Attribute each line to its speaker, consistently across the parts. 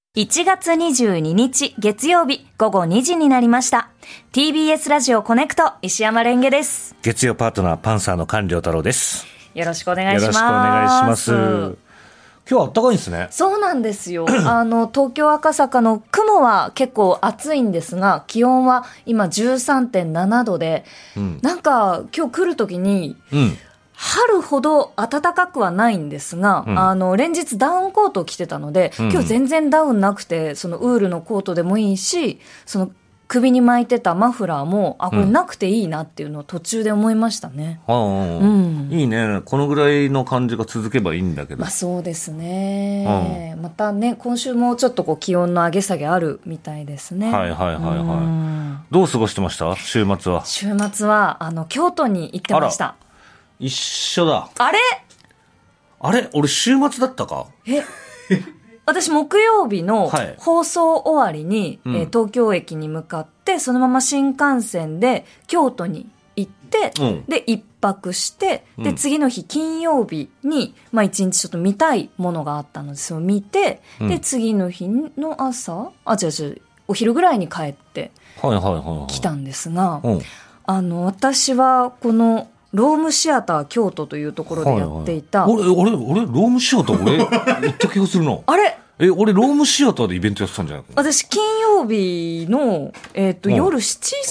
Speaker 1: 1月22日月曜日午後2時になりました。 TBS ラジオコネクト石山レンゲです。
Speaker 2: 月曜パートナーパンサーの菅良太郎です。
Speaker 1: よろしくお願いします。
Speaker 2: よろしくお願いします。今日は暖かいんですね。
Speaker 1: そうなんですよ東京赤坂の雲は結構暑いんですが、気温は今 13.7 度で、なんか今日来る時に、春ほど暖かくはないんですが、連日ダウンコートを着てたので、今日全然ダウンなくて、そのウールのコートでもいいし、その首に巻いてたマフラーも、これなくていいなっていうのを途中で思いましたね。
Speaker 2: いいね。このぐらいの感じが続けばいいんだけど。
Speaker 1: そうですね。またね、今週もちょっと気温の上げ下げあるみたいですね。
Speaker 2: どう過ごしてました週末は？
Speaker 1: 週末は京都に行ってました。
Speaker 2: 一緒だ。
Speaker 1: あれ
Speaker 2: 俺週末だったか？
Speaker 1: 私木曜日の放送終わりに、東京駅に向かって、そのまま新幹線で京都に行って、で一泊して、で次の日金曜日に、一日ちょっと見たいものがあったのでそれを見て、で次の日の朝お昼ぐらいに帰って来たんですが、私はこのロームシアター京都というところでやっていた、
Speaker 2: 俺ロームシアター俺行った気がするな。俺ロームシアターでイベントやってたんじゃないかな。
Speaker 1: 私金曜日の、夜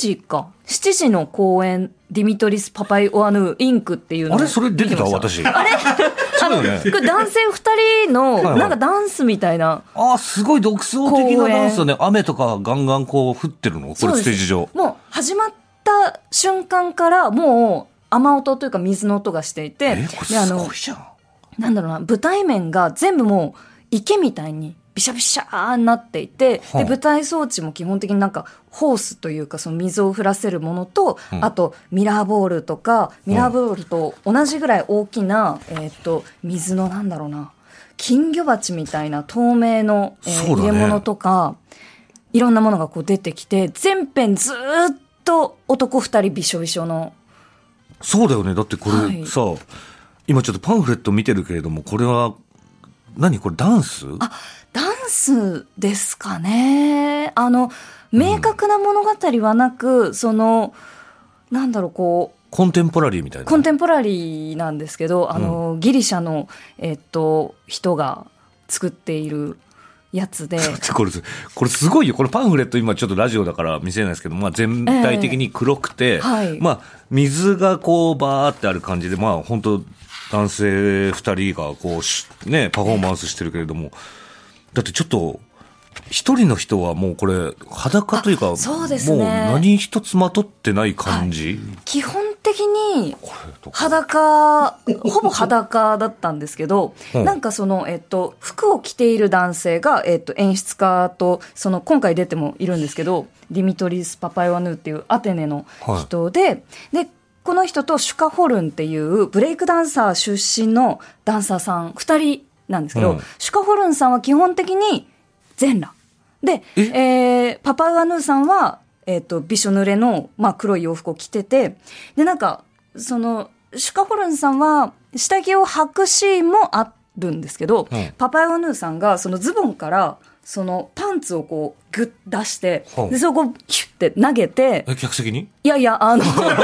Speaker 1: 7時の公演、ディミトリス・パパイオアヌーインクっていうの。
Speaker 2: それ出てた私。
Speaker 1: これ男性2人のなんかダンスみたいな。
Speaker 2: すごい独創的なダンスだね。雨とかガンガン降ってるのこれステージ上。
Speaker 1: もう始まった瞬間からもう雨音というか水の音がしていて、
Speaker 2: これすごいじゃん。
Speaker 1: なんだろうな、舞台面が全部もう池みたいにビシャビシャーになっていて、で舞台装置も基本的になんかホースというかその水を降らせるものと、あとミラーボールとか、ミラーボールと同じぐらい大きな、水のなんだろうな、金魚鉢みたいな透明の、入れ物とか、いろんなものがこう出てきて、全編ずっと男2人びしょびしょの。
Speaker 2: そうだよね。だってこれさ、今ちょっとパンフレット見てるけれども、これは何これダンス？
Speaker 1: ダンスですかね。明確な物語はなく、なんだろう、こう
Speaker 2: コンテンポラリーみたいな。
Speaker 1: コンテンポラリーなんですけど、ギリシャの人が作っているやつで
Speaker 2: これすごいよ。これパンフレット今ちょっとラジオだから見せないですけど、全体的に黒くて、水がこうバーってある感じで、本当男性2人がこうねパフォーマンスしてるけれども、だってちょっと一人の人はもうこれ裸というか、
Speaker 1: そうですね、
Speaker 2: もう何一つまとってない感じ、
Speaker 1: 基本的に裸、ほぼ裸だったんですけど、なんか服を着ている男性が、演出家と、今回出てもいるんですけど、ディミトリス・パパイオアヌーっていうアテネの人で、で、この人とシュカホルンっていうブレイクダンサー出身のダンサーさん2人なんですけど、シュカホルンさんは基本的に全裸で、パパイオアヌーさんはびしょ濡れの、黒い洋服を着てて、で、なんか、シュカホルンさんは、下着を履くシーンもあるんですけど、パパイオヌーさんが、ズボンから、パンツをこう、グッ出して、で、そこをヒュッて投げて、
Speaker 2: 客席に？
Speaker 1: いや、もう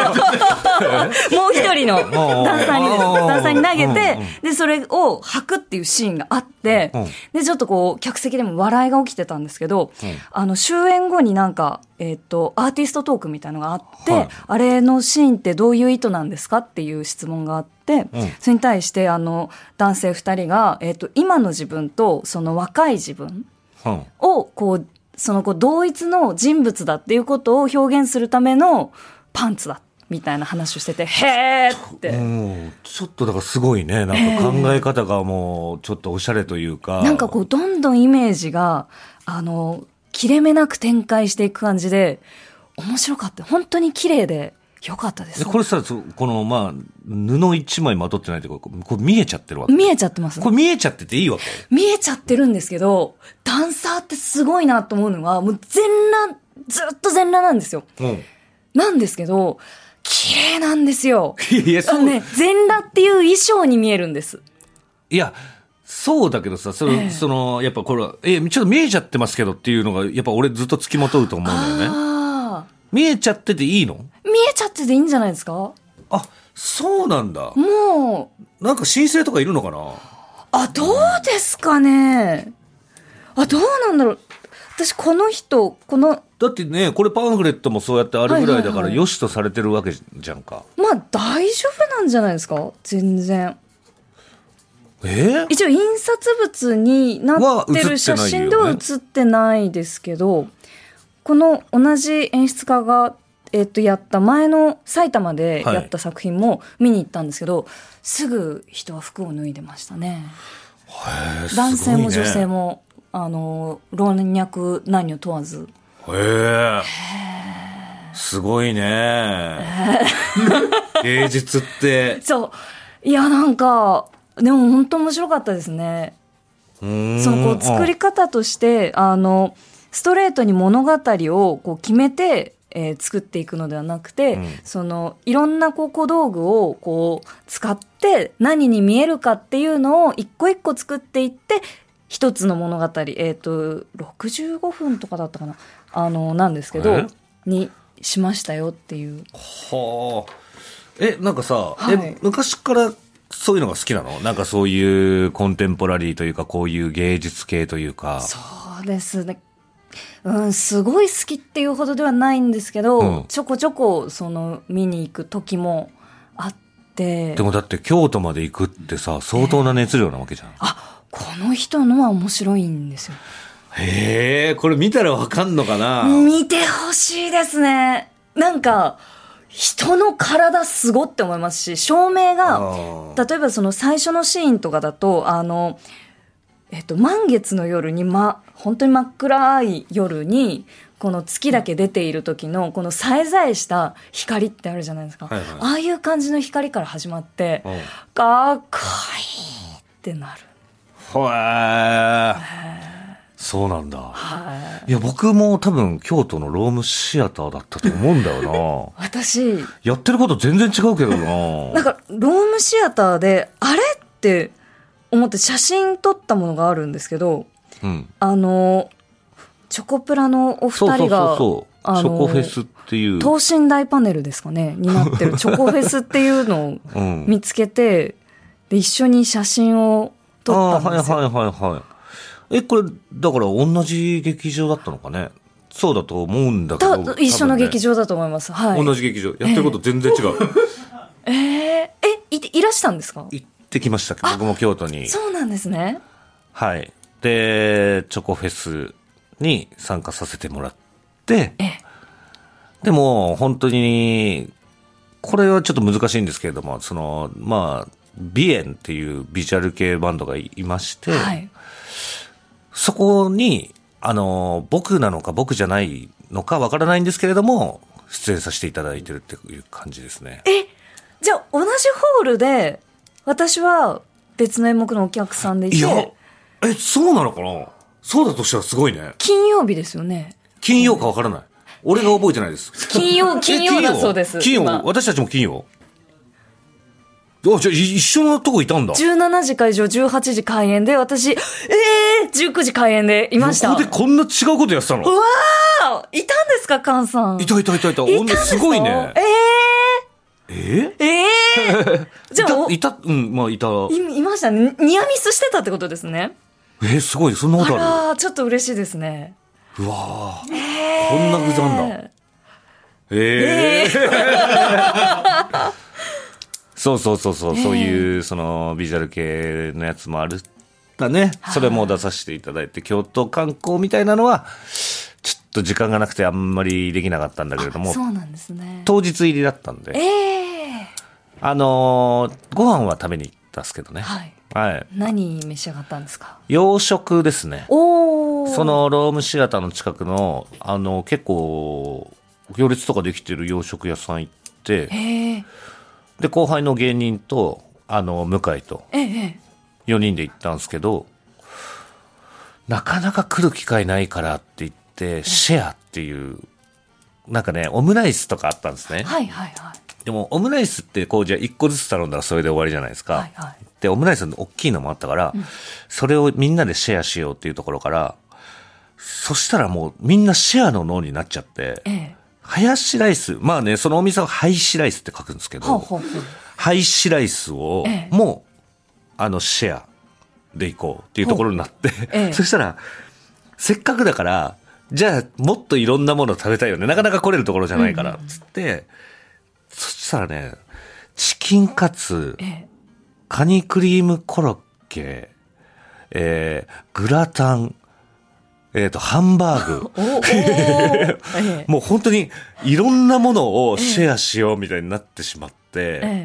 Speaker 1: 一人のダンサーに投げて、で、それを履くっていうシーンがあって、で、ちょっとこう、客席でも笑いが起きてたんですけど、終演後になんか、アーティストトークみたいなのがあって、あれのシーンってどういう意図なんですかっていう質問があって、それに対して、男性2人が、今の自分と、若い自分を、こう、同一の人物だっていうことを表現するためのパンツだみたいな話をしてて、へーって。
Speaker 2: ちょっとだからすごいね。なんか考え方がもうちょっとおしゃれというか。
Speaker 1: なんかこうどんどんイメージが、切れ目なく展開していく感じで、面白かった。本当に綺麗でよかったです。
Speaker 2: これさ、この布一枚まとってないとこれ見えちゃってるわけ？
Speaker 1: 見えちゃってます。
Speaker 2: これ見えちゃってていいわけ？
Speaker 1: 見えちゃってるんですけど、ダンサーってすごいなと思うのは、もうずっと全裸なんですよ。なんですけど、綺麗なんですよ。
Speaker 2: いや、
Speaker 1: 全裸っていう衣装に見えるんです。
Speaker 2: いや、 そうだけどさ、やっぱこれ、ちょっと見えちゃってますけどっていうのが、やっぱ俺ずっと付きまとうと思うんだよね。見えちゃってていいの？
Speaker 1: 見えちゃってていいんじゃないですか？
Speaker 2: あ、そうなんだ。
Speaker 1: も
Speaker 2: う。なんか申請とかいるのかな？
Speaker 1: どうですかね。どうなんだろう。私、この人、
Speaker 2: だってね、これパンフレットもそうやってあるぐらいだから、良しとされてるわけじゃんか。
Speaker 1: 大丈夫なんじゃないですか？全然。一応印刷物になってる写真では写ってないですけど、この同じ演出家が、やった前の埼玉でやった作品も見に行ったんですけど、すぐ人は服を脱いでましたね。男性も女性も老若男女問わず。
Speaker 2: すごいね。芸術って。
Speaker 1: そう。いや、なんか、でも本当面白かったですね。その作り方として、ストレートに物語を決めて、作っていくのではなくて、いろんな小道具を使って何に見えるかっていうのを一個一個作っていって、一つの物語、65分とかだったかな、なんですけど、にしましたよっていう。
Speaker 2: なんかさ、昔からそういうのが好きなの？なんかそういうコンテンポラリーというか、こういう芸術系というか。
Speaker 1: そうですね。すごい好きっていうほどではないんですけど、ちょこちょこ見に行く時もあって。
Speaker 2: でもだって京都まで行くってさ、相当な熱量なわけじゃん。
Speaker 1: この人のは面白いんですよ。
Speaker 2: これ見たらわかんのかな？
Speaker 1: 見てほしいですね。なんか、人の体すごって思いますし、照明が、例えば最初のシーンとかだと、満月の夜に本当に真っ暗い夜に、この月だけ出ている時の、このさえざえした光ってあるじゃないですか。ああいう感じの光から始まって、かっこいいってなる。
Speaker 2: そうなんだ。いや、僕も多分京都のロームシアターだったと思うんだよな。
Speaker 1: 私。
Speaker 2: やってること全然違うけどな。
Speaker 1: なんか、ロームシアターで、あれって思って写真撮ったものがあるんですけど、チョコプラのお二人が、
Speaker 2: チョコフェスっていう。
Speaker 1: 等身大パネルですかね、になってるチョコフェスっていうのを見つけて、で、一緒に写真を撮ったんですよ。
Speaker 2: これ、だから同じ劇場だったのかね。そうだと思うんだけど。
Speaker 1: 一緒の劇場だと思います。
Speaker 2: 同じ劇場。やってること全然違う。
Speaker 1: いらしたんですか？
Speaker 2: 行ってきました。僕も京都に。
Speaker 1: そうなんですね。
Speaker 2: はい。で、チョコフェスに参加させてもらって、でも、本当に、これはちょっと難しいんですけれども、ビエンっていうビジュアル系バンドがいまして、そこに、僕なのか僕じゃないのかわからないんですけれども、出演させていただいてるっていう感じですね。
Speaker 1: じゃあ同じホールで、私は別の演目のお客さんでいて。いや、
Speaker 2: そうなのかな？そうだとしたらすごいね。
Speaker 1: 金曜日ですよね。
Speaker 2: 金曜かわからない。俺が覚えてないです。
Speaker 1: 金曜だそうです。
Speaker 2: 金曜、私たちも金曜？じゃあ一緒のとこいたんだ。
Speaker 1: 17時会場、18時開演で、私、19時開演でいました。
Speaker 2: ここでこんな違うことやってたの？
Speaker 1: うわー、いたんですか、菅さん。
Speaker 2: いた。すごいね。じゃあ、いた。
Speaker 1: いましたね。ニアミスしてたってことですね。
Speaker 2: すごい、そんなことある？
Speaker 1: ちょっと嬉しいですね。
Speaker 2: うわー、こんな具なんだ。そういう、ビジュアル系のやつもあるだね。それも出させていただいて、京都観光みたいなのは、ちょっと時間がなくてあんまりできなかったんだけれども。
Speaker 1: そうなんですね。
Speaker 2: 当日入りだったんで。ご飯は食べに行ったんですけどね。
Speaker 1: 何召し上がったんですか？
Speaker 2: 洋食ですね。
Speaker 1: そ
Speaker 2: のロームシアターの近くの、結構、行列とかできてる洋食屋さん行って、で、後輩の芸人と、向井と、4人で行ったんですけど、なかなか来る機会ないからって言って、シェアっていう、なんかね、オムライスとかあったんですね。でも、オムライスって、じゃあ1個ずつ頼んだらそれで終わりじゃないですか。 ってオムライスの大きいのもあったから、それをみんなでシェアしようっていうところから、そしたらもうみんなシェアの脳になっちゃって、ハヤシライス、まあね、そのお店はハイシライスって書くんですけど、ハイシライスをもう、シェアで行こうっていうところになって、そしたら、せっかくだから、じゃあもっといろんなもの食べたいよね。なかなか来れるところじゃないから、つって、そしたらね、チキンカツ、カニクリームコロッケ、グラタン、ハンバーグ。もう本当にいろんなものをシェアしようみたいになってしまって、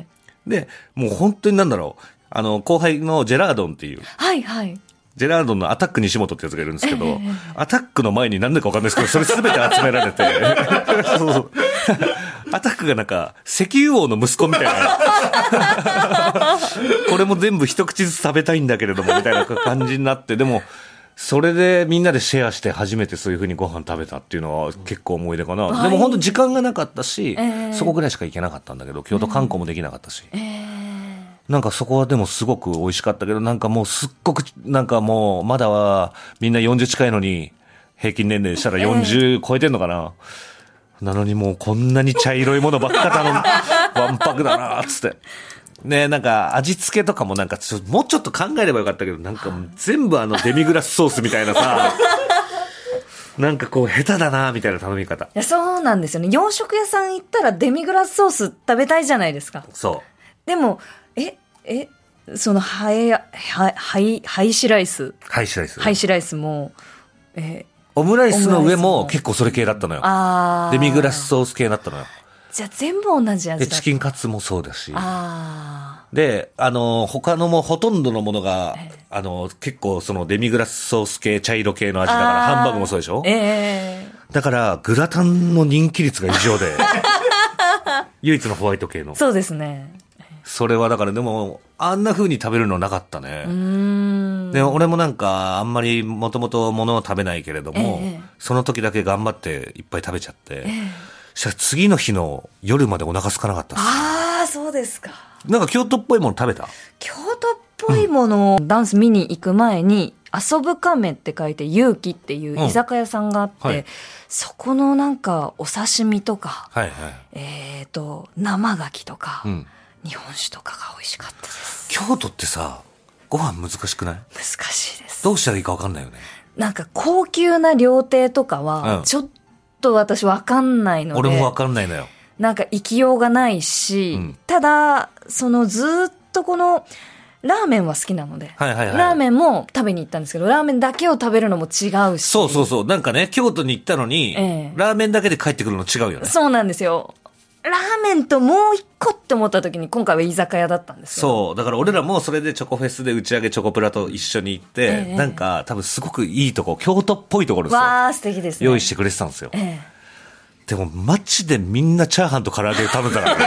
Speaker 2: で、もう本当になんだろう、後輩のジェラードンっていう。
Speaker 1: はいはい。
Speaker 2: ジェラードンのアタック西本ってやつがいるんですけど、アタックの前になんでかわかんないですけど、それすべて集められて、そうそうアタックがなんか、石油王の息子みたいな。これも全部一口ずつ食べたいんだけれども、みたいな感じになって、でも、それでみんなでシェアして初めてそういう風にご飯食べたっていうのは結構思い出かな。はい、でも本当時間がなかったし、そこぐらいしか行けなかったんだけど、京都観光もできなかったし。なんかそこはでもすごく美味しかったけど、なんかもうすっごく、なんかもうまだはみんな40近いのに、平均年齢したら40超えてんのかな。なのにもうこんなに茶色いものばっか頼んわんぱくだなーっつって。ね、なんか味付けとかもなんかもうちょっと考えればよかったけど、なんか全部デミグラスソースみたいなさ、なんかこう下手だなみたいな頼み方。い
Speaker 1: や、そうなんですよね。洋食屋さん行ったらデミグラスソース食べたいじゃないですか。
Speaker 2: そう。
Speaker 1: でも、そのハイシライス。
Speaker 2: ハイシライス。
Speaker 1: ハイシライスも、
Speaker 2: オムライスの上も結構それ系だったのよ。デミグラスソース系だったのよ。
Speaker 1: じゃあ全部同じ味だった。
Speaker 2: で、チキンカツもそうだし。で、他のもほとんどのものが、結構そのデミグラスソース系、茶色系の味だから、ハンバーグもそうでしょ？だから、グラタンの人気率が異常で、唯一のホワイト系の。
Speaker 1: そうですね。
Speaker 2: それはだからでも、あんな風に食べるのなかったね。で、俺もなんか、あんまりもともと物を食べないけれども、その時だけ頑張っていっぱい食べちゃって、したら次の日の夜までお腹空かなかったっす。
Speaker 1: ああ、そうですか。
Speaker 2: なんか京都っぽいもの食べた？
Speaker 1: 京都っぽいもの、ダンス見に行く前に、遊ぶ亀って書いて、勇気っていう居酒屋さんがあって、そこのなんか、お刺身とか、生牡蠣とか、日本酒とかが美味しかったです。
Speaker 2: 京都ってさ、ご飯難しくない？
Speaker 1: 難しいです。
Speaker 2: どうしたらいいか分かんないよね。
Speaker 1: なんか高級な料亭とかは、ちょっと私分かんないので。
Speaker 2: 俺も分かんないのよ。
Speaker 1: なんか行きようがないし、ただ、ずっとこの、ラーメンは好きなので、ラーメンも食べに行ったんですけど、ラーメンだけを食べるのも違うし。
Speaker 2: そうそうそう。なんかね、京都に行ったのに、ラーメンだけで帰ってくるの違うよね。
Speaker 1: そうなんですよ。ラーメンともう一個って思った時に今回は居酒屋だったんですよ。
Speaker 2: そう。だから俺らもそれでチョコフェスで打ち上げチョコプラと一緒に行って、なんか多分すごくいいとこ、京都っぽいところですよ。
Speaker 1: わー、素敵ですね。
Speaker 2: 用意してくれてたんですよ。でもマジでみんなチャーハンと唐揚げ食べたからね。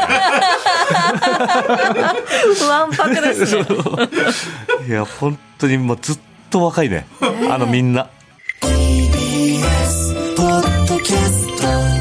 Speaker 1: わんぱくですね。
Speaker 2: いや、本当にもうずっと若いね。みんな。TBS ポッドキャスト